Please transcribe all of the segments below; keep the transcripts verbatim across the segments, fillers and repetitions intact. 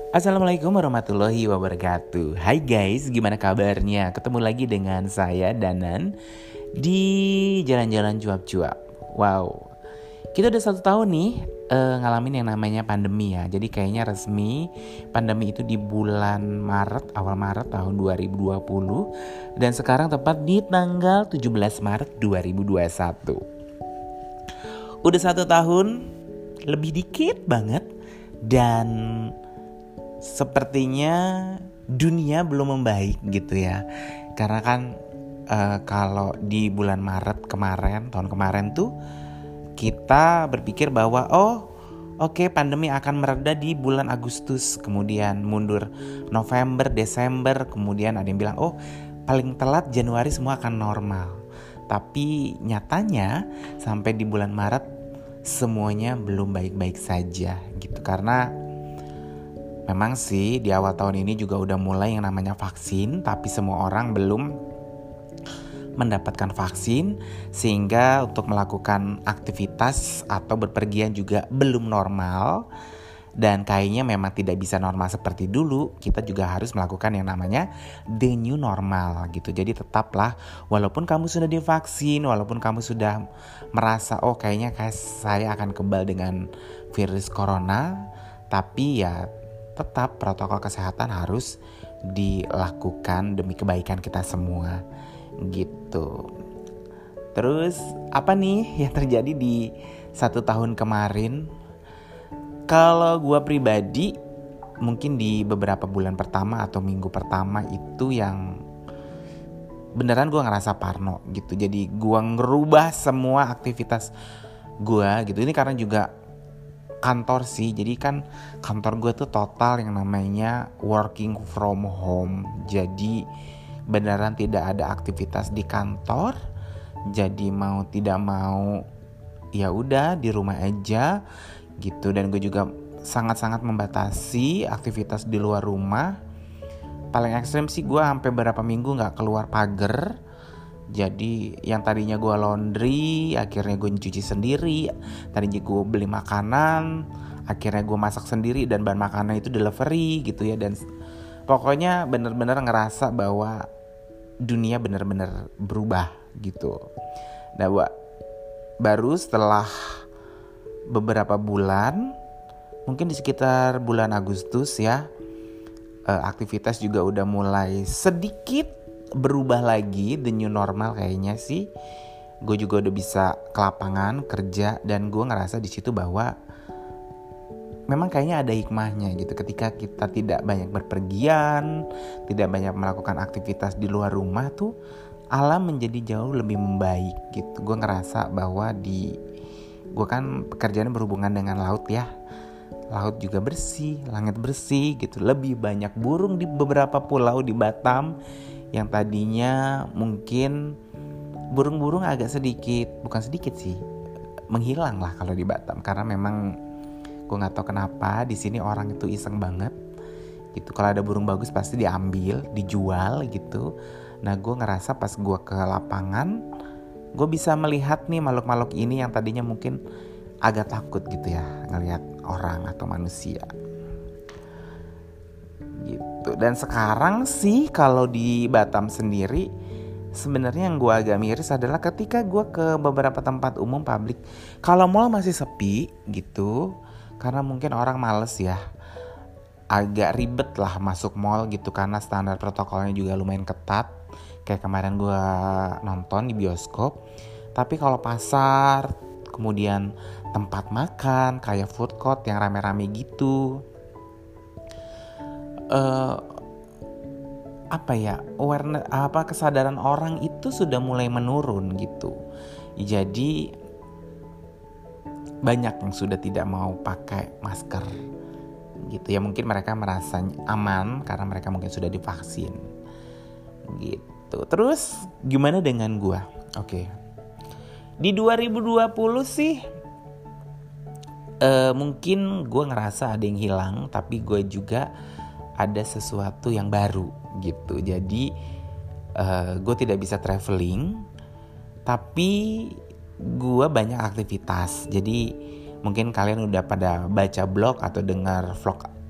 Assalamualaikum warahmatullahi wabarakatuh. Hai guys, gimana kabarnya? Ketemu lagi dengan saya Danan di Jalan-Jalan Cuap-Cuap. Wow, kita udah satu tahun nih uh, ngalamin yang namanya pandemi ya. Jadi kayaknya resmi pandemi itu di bulan Maret, awal Maret tahun dua ribu dua puluh. Dan sekarang tepat di tanggal tujuh belas Maret dua ribu dua puluh satu. Udah satu tahun, lebih dikit banget. Dan sepertinya dunia belum membaik gitu ya. Karena kan uh, kalau di bulan Maret kemarin, tahun kemarin tuh kita berpikir bahwa oh oke okay, pandemi akan mereda di bulan Agustus. Kemudian mundur November, Desember. Kemudian ada yang bilang oh paling telat Januari semua akan normal. Tapi nyatanya sampai di bulan Maret semuanya belum baik-baik saja gitu. Karena memang sih di awal tahun ini juga udah mulai yang namanya vaksin, tapi semua orang belum mendapatkan vaksin, sehingga untuk melakukan aktivitas atau bepergian juga belum normal. Dan kayaknya memang tidak bisa normal seperti dulu. Kita juga harus melakukan yang namanya the new normal gitu. Jadi tetaplah, walaupun kamu sudah divaksin, walaupun kamu sudah merasa oh kayaknya kayak saya akan kebal dengan virus corona, tapi ya tetap protokol kesehatan harus dilakukan demi kebaikan kita semua gitu. Terus apa nih yang terjadi di satu tahun kemarin? Kalau gue pribadi mungkin di beberapa bulan pertama atau minggu pertama itu yang beneran gue ngerasa parno gitu. Jadi gue ngerubah semua aktivitas gue gitu. Ini karena juga kantor sih, jadi kan kantor gue tuh total yang namanya working from home. Jadi beneran tidak ada aktivitas di kantor. Jadi mau tidak mau ya udah di rumah aja gitu. Dan gue juga sangat-sangat membatasi aktivitas di luar rumah. Paling ekstrim sih gue sampai beberapa minggu nggak keluar pagar. Jadi yang tadinya gue laundry, akhirnya gue nyuci sendiri. Tadinya gue beli makanan, akhirnya gue masak sendiri. Dan bahan makanan itu delivery gitu ya. Dan pokoknya bener-bener ngerasa bahwa dunia bener-bener berubah gitu. Nah baru setelah beberapa bulan, mungkin di sekitar bulan Agustus ya, aktivitas juga udah mulai sedikit berubah lagi, the new normal kayaknya sih. Gue juga udah bisa ke lapangan kerja, dan gue ngerasa di situ bahwa memang kayaknya ada hikmahnya gitu. Ketika kita tidak banyak berpergian, tidak banyak melakukan aktivitas di luar rumah tuh, alam menjadi jauh lebih membaik gitu. Gue ngerasa bahwa di gue kan pekerjaannya berhubungan dengan laut ya. Laut juga bersih, langit bersih gitu. Lebih banyak burung di beberapa pulau di Batam yang tadinya mungkin burung-burung agak sedikit, bukan sedikit sih, menghilang lah kalau di Batam. Karena memang gue nggak tahu kenapa di sini orang itu iseng banget gitu. Kalau ada burung bagus pasti diambil, dijual gitu. Nah gue ngerasa pas gue ke lapangan, gue bisa melihat nih makhluk-makhluk ini yang tadinya mungkin agak takut gitu ya ngelihat orang atau manusia gitu. Dan sekarang sih kalau di Batam sendiri sebenarnya yang gue agak miris adalah ketika gue ke beberapa tempat umum publik, kalau mall masih sepi gitu, karena mungkin orang males ya, agak ribet lah masuk mall gitu karena standar protokolnya juga lumayan ketat. Kayak kemarin gue nonton di bioskop. Tapi kalau pasar, kemudian tempat makan kayak food court yang rame-rame gitu, Uh, apa ya awareness, apa kesadaran orang itu sudah mulai menurun gitu. Jadi banyak yang sudah tidak mau pakai masker gitu ya. Mungkin mereka merasa aman karena mereka mungkin sudah divaksin gitu. Terus gimana dengan gua? Oke, okay. Di dua ribu dua puluh sih uh, mungkin gua ngerasa ada yang hilang, tapi gue juga ada sesuatu yang baru gitu. Jadi uh, gue tidak bisa traveling, tapi gue banyak aktivitas. Jadi mungkin kalian udah pada baca blog atau dengar vlog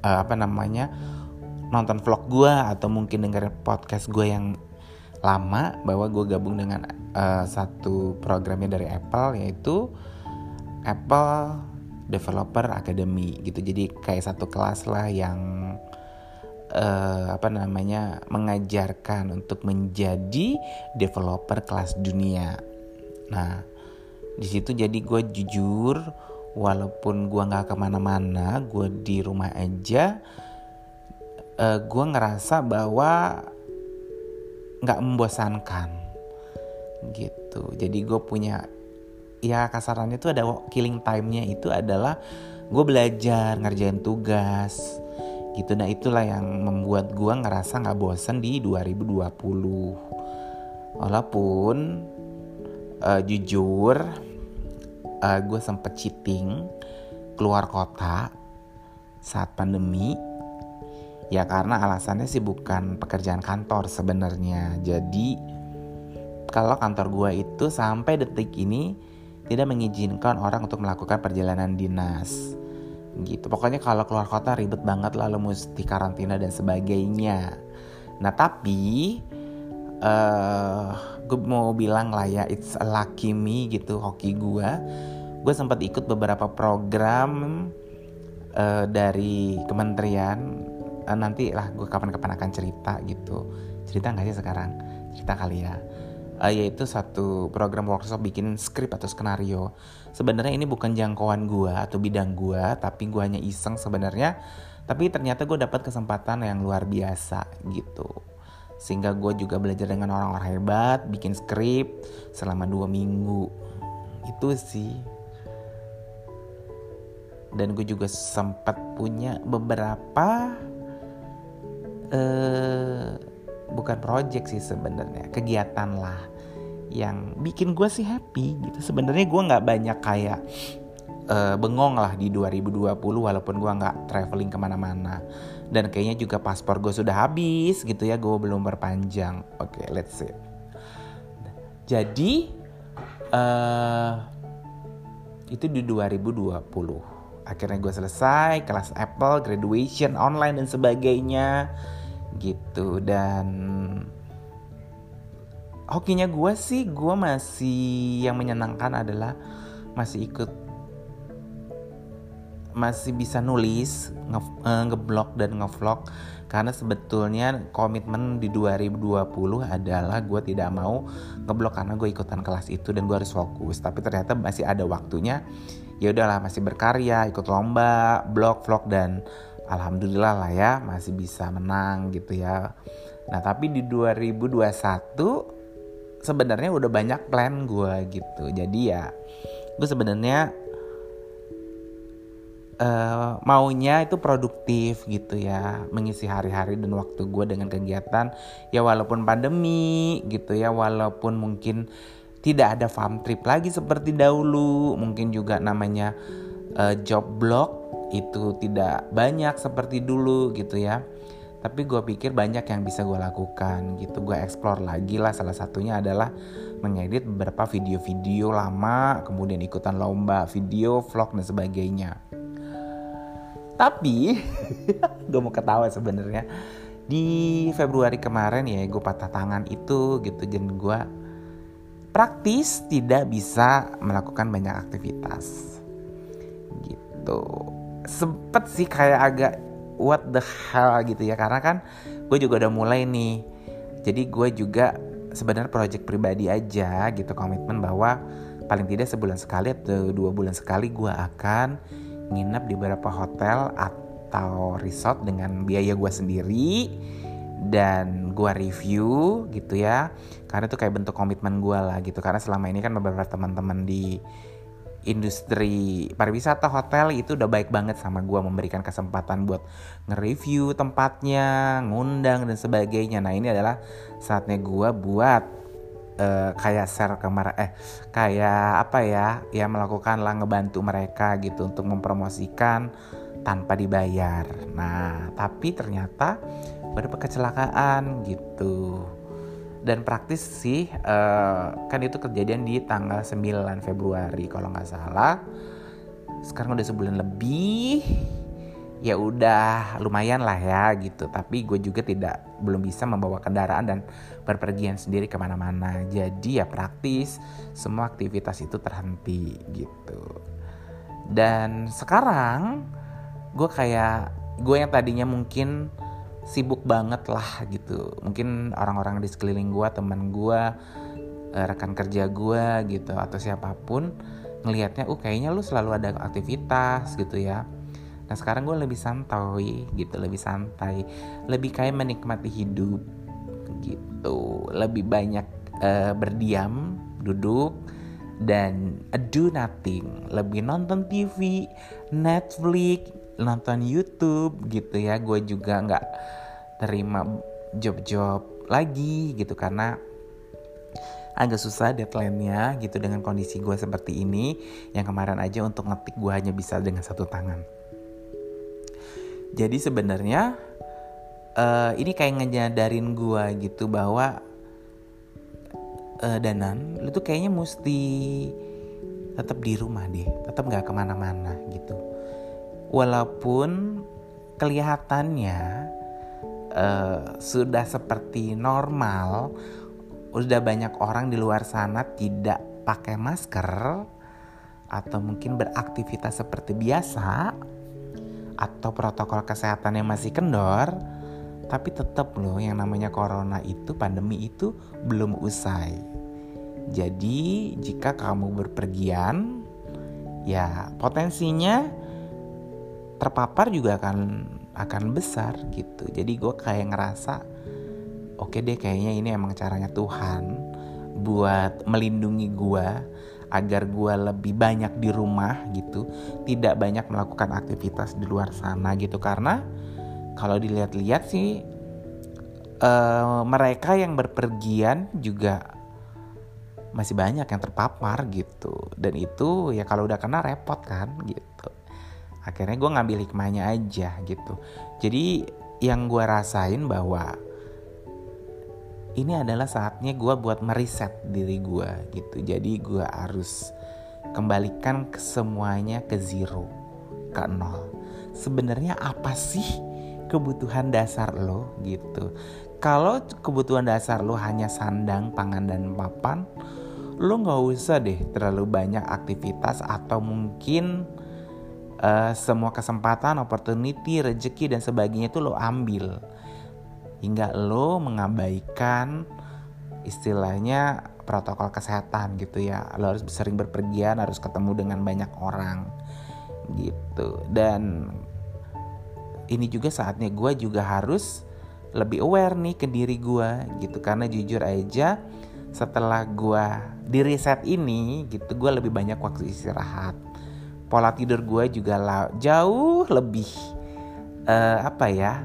uh, apa namanya nonton vlog gue atau mungkin dengerin podcast gue yang lama, bahwa gue gabung dengan uh, satu programnya dari Apple, yaitu Apple Developer Academy gitu. Jadi kayak satu kelas lah yang uh, apa namanya mengajarkan untuk menjadi developer kelas dunia. Nah di situ jadi gue jujur, walaupun gue nggak kemana-mana, gue di rumah aja, uh, gue ngerasa bahwa nggak membosankan gitu. Jadi gue punya, ya kasarannya itu ada killing time-nya, itu adalah gue belajar ngerjain tugas gitu. Nah itulah yang membuat gue ngerasa nggak bosan di dua ribu dua puluh. Walaupun uh, jujur uh, gue sempet cheating keluar kota saat pandemi. Ya karena alasannya sih bukan pekerjaan kantor sebenarnya. Jadi kalau kantor gue itu sampai detik ini tidak mengizinkan orang untuk melakukan perjalanan dinas gitu. Pokoknya kalau keluar kota ribet banget, lalu mesti karantina dan sebagainya. Nah tapi uh, gue mau bilang lah ya, it's a lucky me gitu, hoki gue. Gue sempat ikut beberapa program uh, dari kementerian. Uh, nanti lah gue kapan-kapan akan cerita gitu. Cerita gak sih sekarang? Cerita kali ya. Uh, yaitu satu program workshop bikin skrip atau skenario. Sebenarnya ini bukan jangkauan gue atau bidang gue, tapi gue hanya iseng sebenarnya. Tapi ternyata gue dapat kesempatan yang luar biasa gitu. Sehingga gue juga belajar dengan orang-orang hebat, bikin skrip selama dua minggu. Itu sih. Dan gue juga sempat punya beberapa uh, bukan project sih sebenarnya, kegiatan lah yang bikin gue sih happy gitu. Sebenarnya gue nggak banyak kayak uh, bengong lah di dua ribu dua puluh, walaupun gue nggak traveling kemana-mana, dan kayaknya juga paspor gue sudah habis gitu ya, gue belum perpanjang. Oke, okay, let's see. Jadi uh, itu di dua ribu dua puluh akhirnya gue selesai kelas Apple, graduation online dan sebagainya gitu. Dan hokinya gue sih, gue masih yang menyenangkan adalah masih ikut, masih bisa nulis, nge- ngeblog dan ngevlog. Karena sebetulnya komitmen di dua ribu dua puluh adalah gue tidak mau ngeblog karena gue ikutan kelas itu dan gue harus fokus. Tapi ternyata masih ada waktunya. Ya udahlah, masih berkarya, ikut lomba, blog, vlog, dan alhamdulillah lah ya masih bisa menang gitu ya. Nah tapi di dua ribu dua puluh satu sebenarnya udah banyak plan gue gitu. Jadi ya gue sebenarnya uh, maunya itu produktif gitu ya, mengisi hari-hari dan waktu gue dengan kegiatan ya, walaupun pandemi gitu ya, walaupun mungkin tidak ada farm trip lagi seperti dahulu, mungkin juga namanya uh, job blog itu tidak banyak seperti dulu gitu ya. Tapi gue pikir banyak yang bisa gue lakukan gitu. Gue explore lagi lah, salah satunya adalah mengedit beberapa video-video lama, kemudian ikutan lomba video, vlog dan sebagainya. Tapi gue mau ketawa sebenarnya. Di Februari kemarin ya gue patah tangan itu gitu, dan gue praktis tidak bisa melakukan banyak aktivitas gitu. Sempet sih kayak agak what the hell gitu ya, karena kan gue juga udah mulai nih. Jadi gue juga sebenarnya project pribadi aja gitu, komitmen bahwa paling tidak sebulan sekali atau dua bulan sekali gue akan nginep di beberapa hotel atau resort dengan biaya gue sendiri, dan gue review gitu ya, karena itu kayak bentuk komitmen gue lah gitu. Karena selama ini kan beberapa teman-teman di industri pariwisata hotel itu udah baik banget sama gue, memberikan kesempatan buat nge-review tempatnya, ngundang dan sebagainya. Nah ini adalah saatnya gue buat uh, kayak share kemar eh kayak apa ya ya melakukan lah, ngebantu mereka gitu untuk mempromosikan tanpa dibayar. Nah tapi ternyata pada kecelakaan gitu. Dan praktis sih uh, kan itu kejadian di tanggal sembilan Februari kalau gak salah. Sekarang udah sebulan lebih. ya udah lumayan lah ya gitu. Tapi gue juga tidak belum bisa membawa kendaraan dan berpergian sendiri kemana-mana. Jadi ya praktis semua aktivitas itu terhenti gitu. Dan sekarang gue kayak gue yang tadinya mungkin sibuk banget lah gitu. Mungkin orang-orang di sekeliling gue, teman gue, rekan kerja gue gitu atau siapapun ngelihatnya, uh kayaknya lu selalu ada aktivitas gitu ya. Nah sekarang gue lebih santai gitu, lebih santai, lebih kayak menikmati hidup gitu, lebih banyak uh, berdiam, duduk dan do nothing, lebih nonton T V, Netflix, nonton YouTube gitu ya. Gue juga nggak terima job-job lagi gitu karena agak susah deadline-nya gitu dengan kondisi gue seperti ini. Yang kemarin aja untuk ngetik gue hanya bisa dengan satu tangan. Jadi sebenarnya uh, ini kayak ngejadarin gue gitu bahwa uh, Danan, lu tuh kayaknya mesti tetap di rumah deh, tetap nggak kemana-mana gitu. Walaupun kelihatannya uh, sudah seperti normal, udah banyak orang di luar sana tidak pakai masker atau mungkin beraktivitas seperti biasa, atau protokol kesehatan yang masih kendor, tapi tetap loh yang namanya corona itu, pandemi itu belum usai. Jadi jika kamu berpergian, ya potensinya terpapar juga akan akan besar gitu. Jadi gue kayak ngerasa oke deh, kayaknya ini emang caranya Tuhan buat melindungi gue agar gue lebih banyak di rumah gitu, tidak banyak melakukan aktivitas di luar sana gitu. Karena kalau dilihat-lihat sih uh, mereka yang berpergian juga masih banyak yang terpapar gitu. Dan itu ya kalau udah kena repot kan gitu. Akhirnya gue ngambil hikmahnya aja gitu. Jadi yang gue rasain bahwa ini adalah saatnya gue buat meriset diri gue gitu. Jadi gue harus kembalikan ke semuanya ke zero, ke nol. Sebenarnya apa sih kebutuhan dasar lo gitu? Kalau kebutuhan dasar lo hanya sandang, pangan, dan papan, lo gak usah deh terlalu banyak aktivitas atau mungkin uh, semua kesempatan, opportunity, rezeki dan sebagainya itu lo ambil. Hingga lo mengabaikan istilahnya protokol kesehatan gitu ya. Lo harus sering berpergian, harus ketemu dengan banyak orang gitu. Dan ini juga saatnya gue juga harus lebih aware nih ke diri gue gitu. Karena jujur aja setelah gue di reset ini gitu, gue lebih banyak waktu istirahat. Pola tidur gue juga la- jauh lebih uh, apa ya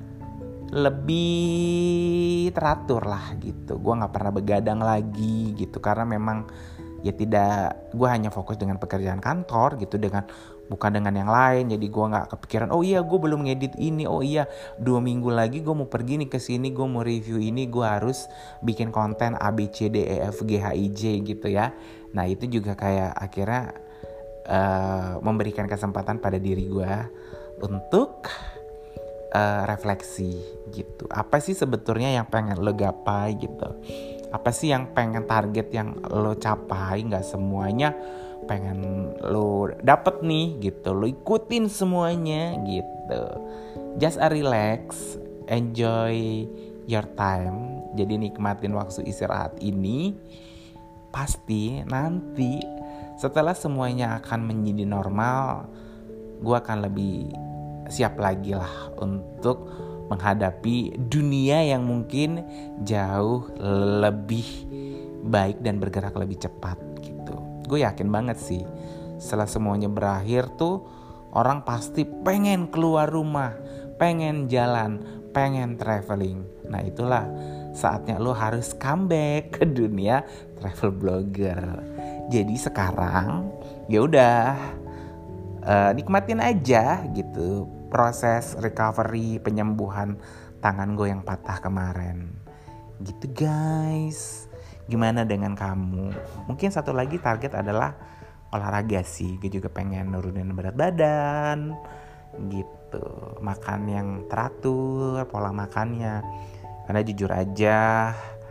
lebih teratur lah gitu. Gue nggak pernah begadang lagi gitu karena memang ya tidak, gue hanya fokus dengan pekerjaan kantor gitu, dengan bukan dengan yang lain. Jadi gue nggak kepikiran oh iya gue belum ngedit ini, oh iya dua minggu lagi gue mau pergi nih ke sini, gue mau review ini, gue harus bikin konten A B C D E F G H I J gitu ya. Nah itu juga kayak akhirnya uh, memberikan kesempatan pada diri gue untuk Uh, refleksi gitu. Apa sih sebetulnya yang pengen lo gapai gitu? Apa sih yang pengen target yang lo capai? Gak semuanya pengen lo dapet nih gitu. Lo ikutin semuanya gitu. Just a relax, enjoy your time. Jadi nikmatin waktu istirahat ini. Pasti nanti setelah semuanya akan menjadi normal, gue akan lebih siap lagi lah untuk menghadapi dunia yang mungkin jauh lebih baik dan bergerak lebih cepat gitu. Gue yakin banget sih setelah semuanya berakhir tuh orang pasti pengen keluar rumah, pengen jalan, pengen traveling. Nah itulah saatnya lo harus comeback ke dunia travel blogger. Jadi sekarang ya udah uh, nikmatin aja gitu proses recovery, penyembuhan tangan gue yang patah kemarin. Gitu guys. Gimana dengan kamu? Mungkin satu lagi target adalah olahraga sih. Gue juga pengen nurunin berat badan gitu. gitu, makan yang teratur pola makannya. Karena jujur aja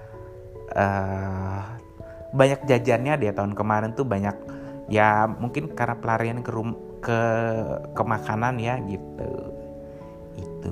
uh, banyak jajannya dia tahun kemarin tuh banyak ya, mungkin karena pelarian ke rum- ke ke makanan ya gitu. Itu.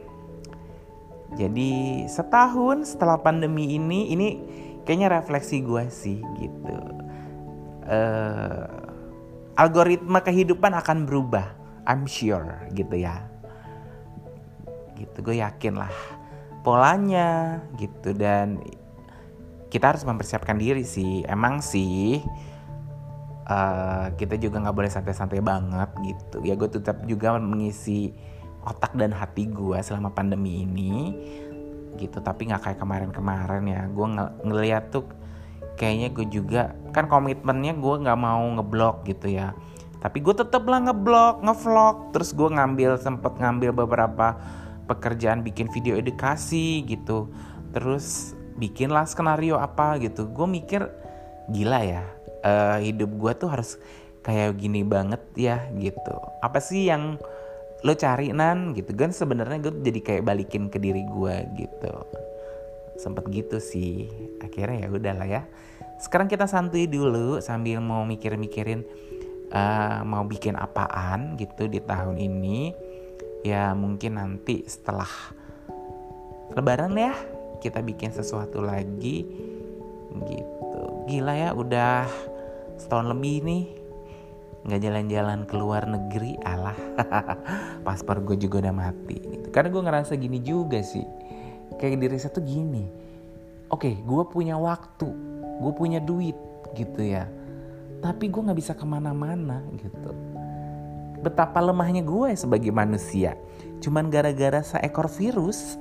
Jadi setahun setelah pandemi ini, ini kayaknya refleksi gue sih gitu. Uh, algoritma kehidupan akan berubah, I'm sure gitu ya. Gitu, gue yakin lah polanya gitu, dan kita harus mempersiapkan diri sih. Emang sih uh, kita juga nggak boleh santai-santai banget gitu. Ya gue tetap juga mengisi otak dan hati gue selama pandemi ini gitu, tapi nggak kayak kemarin-kemarin ya. Gue ng- ngeliat tuh kayaknya gue juga kan komitmennya gue nggak mau ngeblok gitu ya, tapi gue tetep lah ngeblok, ngevlog. Terus gue ngambil sempet ngambil beberapa pekerjaan bikin video edukasi gitu, terus bikinlah skenario apa gitu. Gue mikir gila ya, uh, hidup gue tuh harus kayak gini banget ya gitu. Apa sih yang lo cari Nan gitu kan? Sebenarnya gue jadi kayak balikin ke diri gue gitu. Sempet gitu sih. Akhirnya ya udahlah ya. Sekarang kita santuy dulu sambil mau mikir-mikirin uh, mau bikin apaan gitu di tahun ini. Ya mungkin nanti setelah Lebaran ya kita bikin sesuatu lagi gitu. Gila ya, udah setahun lebih nih nggak jalan-jalan ke luar negeri. Alah, paspor gue juga udah mati gitu. Karena gue ngerasa gini juga sih, kayak diri saya tuh gini, oke okay, gue punya waktu, gue punya duit gitu ya, tapi gue nggak bisa kemana-mana gitu. Betapa lemahnya gue sebagai manusia, cuman gara-gara seekor virus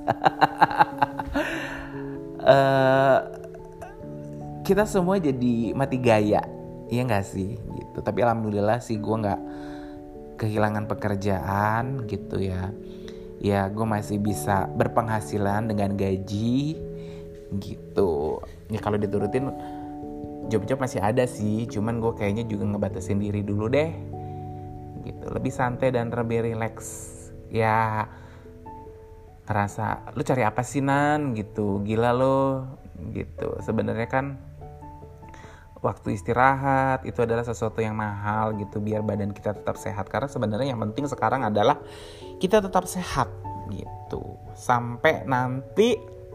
uh, kita semua jadi mati gaya, iya nggak sih gitu. Tapi alhamdulillah sih gue nggak kehilangan pekerjaan gitu ya. Ya gue masih bisa berpenghasilan dengan gaji gitu. Ya kalau diturutin job-job masih ada sih, cuman gue kayaknya juga ngebatasin diri dulu deh gitu, lebih santai dan lebih relax ya. Ngerasa lu cari apa sih Nan gitu, gila lo gitu. Sebenarnya kan waktu istirahat itu adalah sesuatu yang mahal gitu, biar badan kita tetap sehat. Karena sebenarnya yang penting sekarang adalah kita tetap sehat gitu, sampai nanti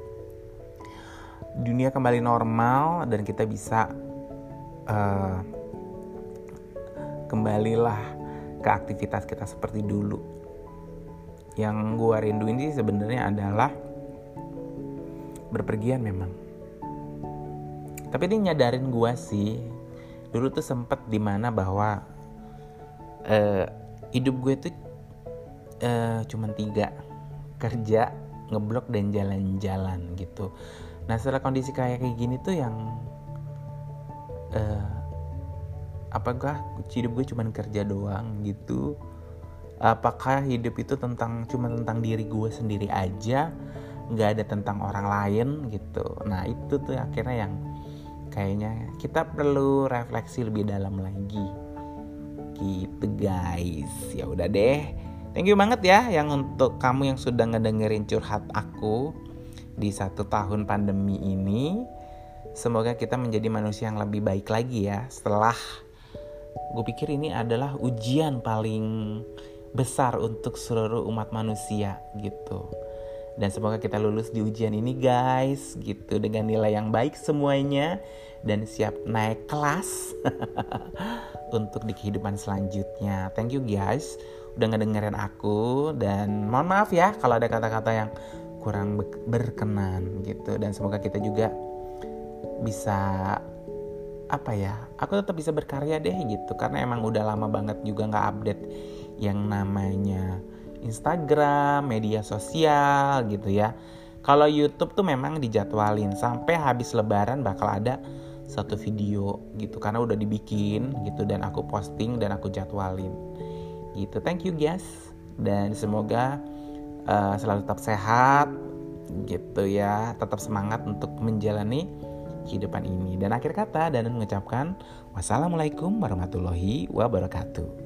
dunia kembali normal dan kita bisa uh, kembalilah ke aktivitas kita seperti dulu. Yang gue rinduin sih sebenarnya adalah berpergian memang. Tapi ini nyadarin gue sih, dulu tuh sempet dimana bahwa uh, hidup gue tuh uh, cuman tiga, kerja, ngeblok, dan jalan-jalan gitu. Nah setelah kondisi kayak kayak gini tuh yang uh, apakah hidup gue cuman kerja doang gitu? Apakah hidup itu tentang cuma tentang diri gue sendiri aja, nggak ada tentang orang lain gitu? Nah itu tuh akhirnya yang kayaknya kita perlu refleksi lebih dalam lagi gitu guys. Ya udah deh, thank you banget ya yang untuk kamu yang sudah ngedengerin curhat aku di satu tahun pandemi ini. Semoga kita menjadi manusia yang lebih baik lagi ya. Setelah gue pikir ini adalah ujian paling besar untuk seluruh umat manusia gitu. Dan semoga kita lulus di ujian ini guys gitu, dengan nilai yang baik semuanya, dan siap naik kelas untuk di kehidupan selanjutnya. Thank you guys udah ngedengerin aku, dan mohon maaf ya kalau ada kata-kata yang kurang berkenan gitu. Dan semoga kita juga bisa apa ya, aku tetap bisa berkarya deh gitu, karena emang udah lama banget juga nggak update yang namanya Instagram, media sosial gitu ya. Kalau YouTube tuh memang dijadwalin sampai habis Lebaran bakal ada satu video gitu, karena udah dibikin gitu dan aku posting dan aku jadwalin gitu. Thank you guys, dan semoga uh, selalu tetap sehat gitu ya, tetap semangat untuk menjalani kehidupan ini. Dan akhir kata dan mengucapkan wassalamualaikum warahmatullahi wabarakatuh.